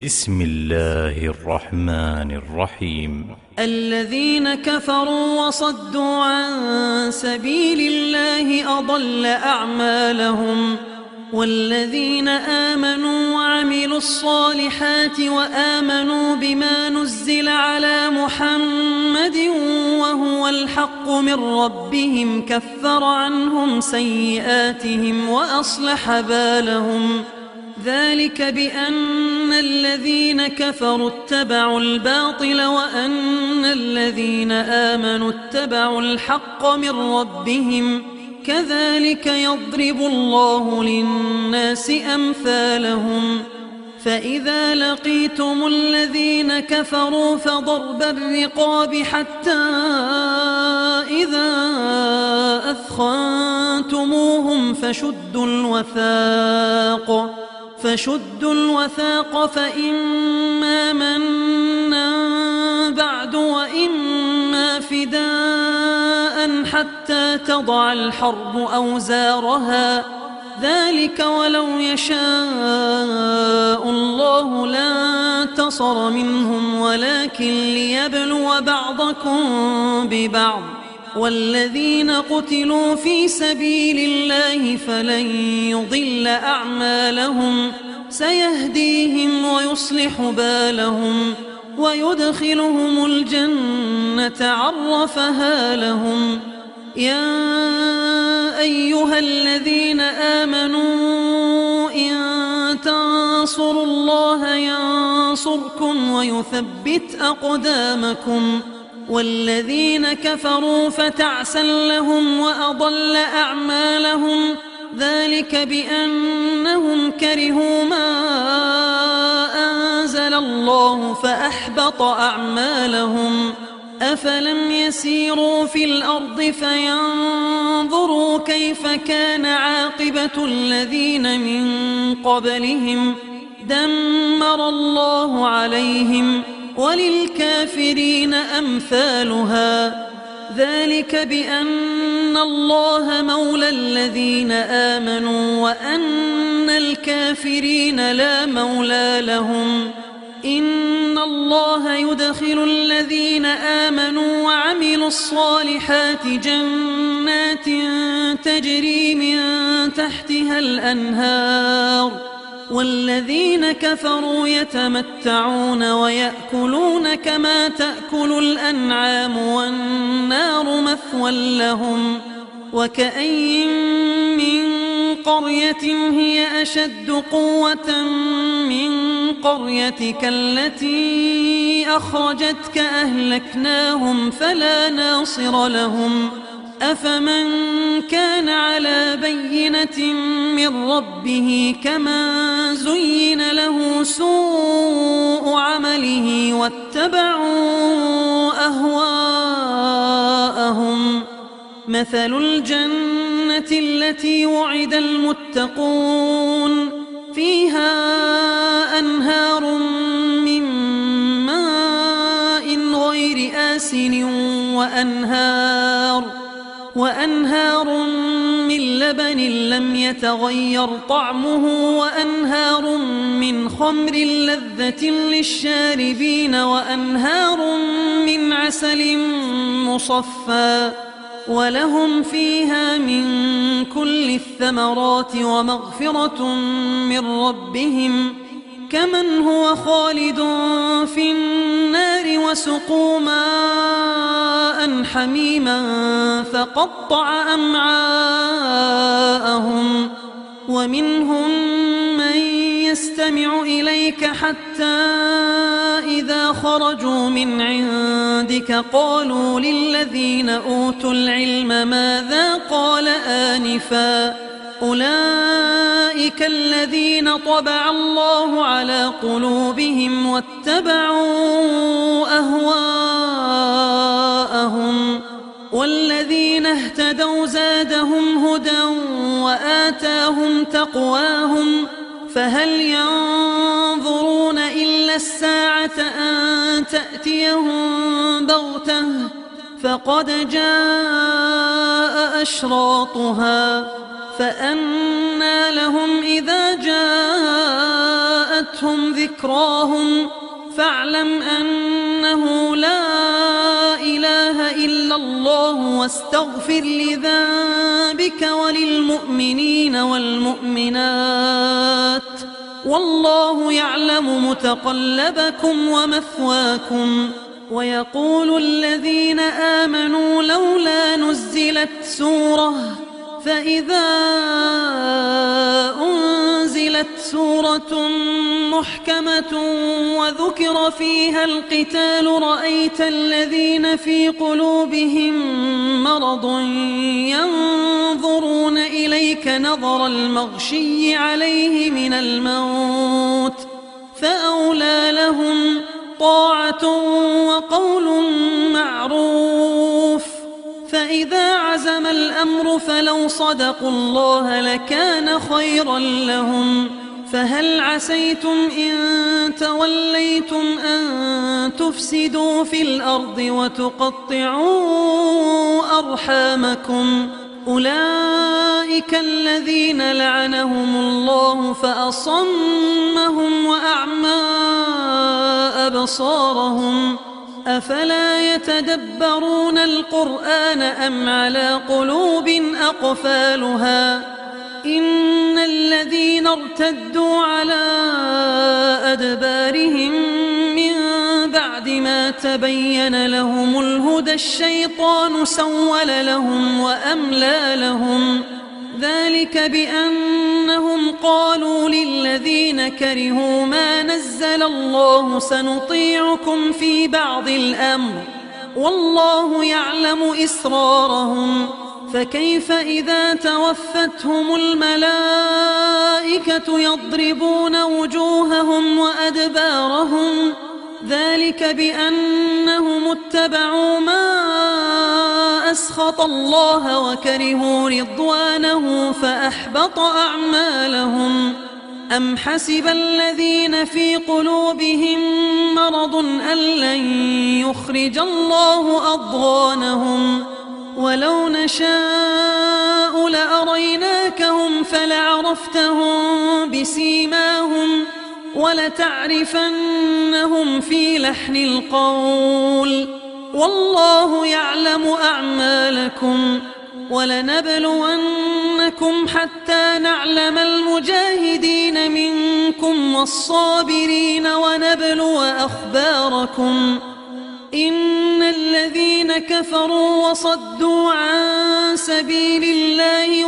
بسم الله الرحمن الرحيم. الذين كفروا وصدوا عن سبيل الله أضل أعمالهم، والذين آمنوا وعملوا الصالحات وآمنوا بما نزل على محمد وهو الحق من ربهم كفر عنهم سيئاتهم وأصلح بالهم. ذلك بأن الذين كفروا اتبعوا الباطل وأن الذين آمنوا اتبعوا الحق من ربهم، كذلك يضرب الله للناس أمثالهم. فإذا لقيتم الذين كفروا فضرب الرقاب حتى إذا أثخنتموهم فشدوا الوثاق فإما منا بعد وإما فداء حتى تضع الحرب أوزارها، ذلك ولو يشاء الله لانتصر منهم ولكن ليبلو بعضكم ببعض. والذين قتلوا في سبيل الله فلن يضل أعمالهم، سيهديهم ويصلح بالهم ويدخلهم الجنة عرفها لهم. يا أيها الذين آمنوا إن تنصروا الله ينصركم ويثبت أقدامكم. والذين كفروا فتعسا لهم وأضل أعمالهم، ذلك بأنهم كرهوا ما أنزل الله فأحبط أعمالهم. أفلم يسيروا في الأرض فينظروا كيف كان عاقبة الذين من قبلهم، دمر الله عليهم وللكافرين أمثالها. ذلك بأن الله مولى الذين آمنوا وأن الكافرين لا مولى لهم. إن الله يدخل الذين آمنوا وعملوا الصالحات جنات تجري من تحتها الأنهار، والذين كفروا يتمتعون ويأكلون كما تأكل الأنعام والنار مثوى لهم. وكأين من قرية هي أشد قوة من قريتك التي أخرجتك أهلكناهم فلا ناصر لهم. أفمن كان على بينة من ربه كمن زين له سوء عمله واتبعوا أهواءهم. مثل الجنة التي وعد المتقون فيها أنهار من ماء غير آسن وأنهار من لبن لم يتغير طعمه وأنهار من خمر لذة للشاربين وأنهار من عسل مصفى، ولهم فيها من كل الثمرات ومغفرة من ربهم، كمن هو خالد في النار وسقوا ماء حميما فقطع أمعاءهم. ومنهم من يستمع إليك حتى إذا خرجوا من عندك قالوا للذين أوتوا العلم ماذا قال آنفا، أولئك الذين طبع الله على قلوبهم واتبعوا أهواءهم. والذين اهتدوا زادهم هدى وآتاهم تقواهم، فهل ينظرون إلا الساعة أن تأتيهم بغتة فقد جاء أشراطها، فأنى لهم إذا جاءتهم جاءتهم ذكراهم فاعلم أنه لا إله إلا الله واستغفر لذنبك وللمؤمنين والمؤمنات والله يعلم متقلبكم ومثواكم. ويقول الذين آمنوا لولا نزلت سورة فإذا أنزلت سورة محكمة وذكر فيها القتال رأيت الذين في قلوبهم مرض ينظرون إليك نظر المغشي عليه من الموت فأولى لهم طاعة وقول معروف. فإذا عزم الأمر فلو صدقوا الله لكان خيرا لهم. فهل عسيتم إن توليتم أن تفسدوا في الأرض وتقطعوا أرحامكم؟ أولئك الذين لعنهم الله فأصمهم وأعمى أبصارهم. أفلا يتدبرون القرآن أم على قلوب أقفالها؟ إن الذين ارتدوا على أدبارهم من بعد ما تبين لهم الهدى الشيطان سول لهم وأملى لهم. ذلك بأنهم قالوا للذين كرهوا ما نزل الله سنطيعكم في بعض الأمر والله يعلم إسرارهم. فكيف إذا توفتهم الملائكة يضربون وجوههم وأدبارهم؟ ذلك بأنهم اتبعوا ما أسخط الله وكرهوا رضوانه فأحبط أعمالهم. أم حسب الذين في قلوبهم مرض أن لن يخرج الله أضغانهم؟ ولو نشاء لأريناكهم فلعرفتهم بسيماهم ولتعرفنهم في لحن القول والله يعلم أعمالكم. ولنبلونكم حتى نعلم المجاهدين منكم والصابرين ونبلو أخباركم. إن الذين كفروا وصدوا عن سبيل الله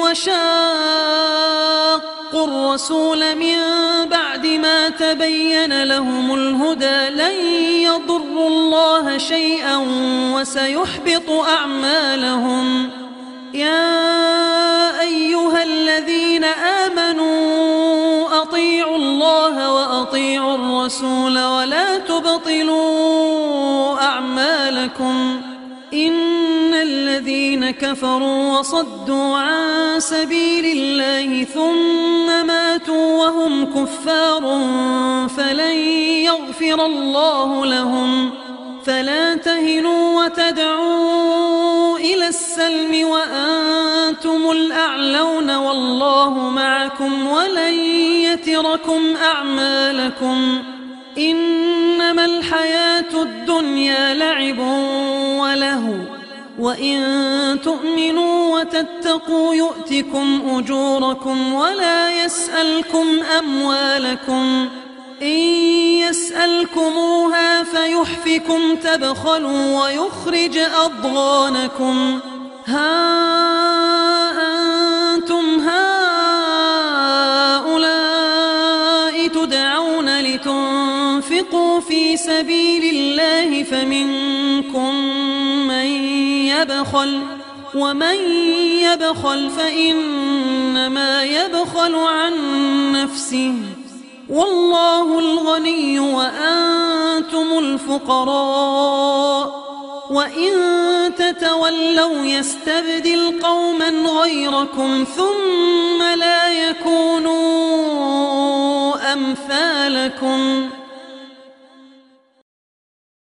وشاقوا الرسول من بعد ما تبين لهم الهدى لن يضروا الله شيئا وسيحبط أعمالهم. يا أيها الذين آمنوا أطيعوا الله وأطيعوا الرسول ولا تبطلوا أعمالكم. إن الذين كفروا وصدوا عن سبيل الله ثم ماتوا وهم كفار فلن يغفر الله لهم. فلا تهنوا وتدعوا إلى السلم وأنتم الأعلون والله معكم ولن يتركم أعمالكم. إنما الحياة الدنيا لعب ولهو وإن تؤمنوا وتتقوا يؤتكم أجوركم ولا يسألكم أموالكم. إن يسألكموها فيحفكم تبخلوا ويخرج أضغانكم. ها أنتم هؤلاء تدعون لتنفقوا في سبيل الله فمنكم من يبخل ومن يبخل فإنما يبخل عن نفسه والله الغني وأنتم الفقراء. وإن تتولوا يستبدل قوما غيركم ثم لا يكونوا أمثالكم.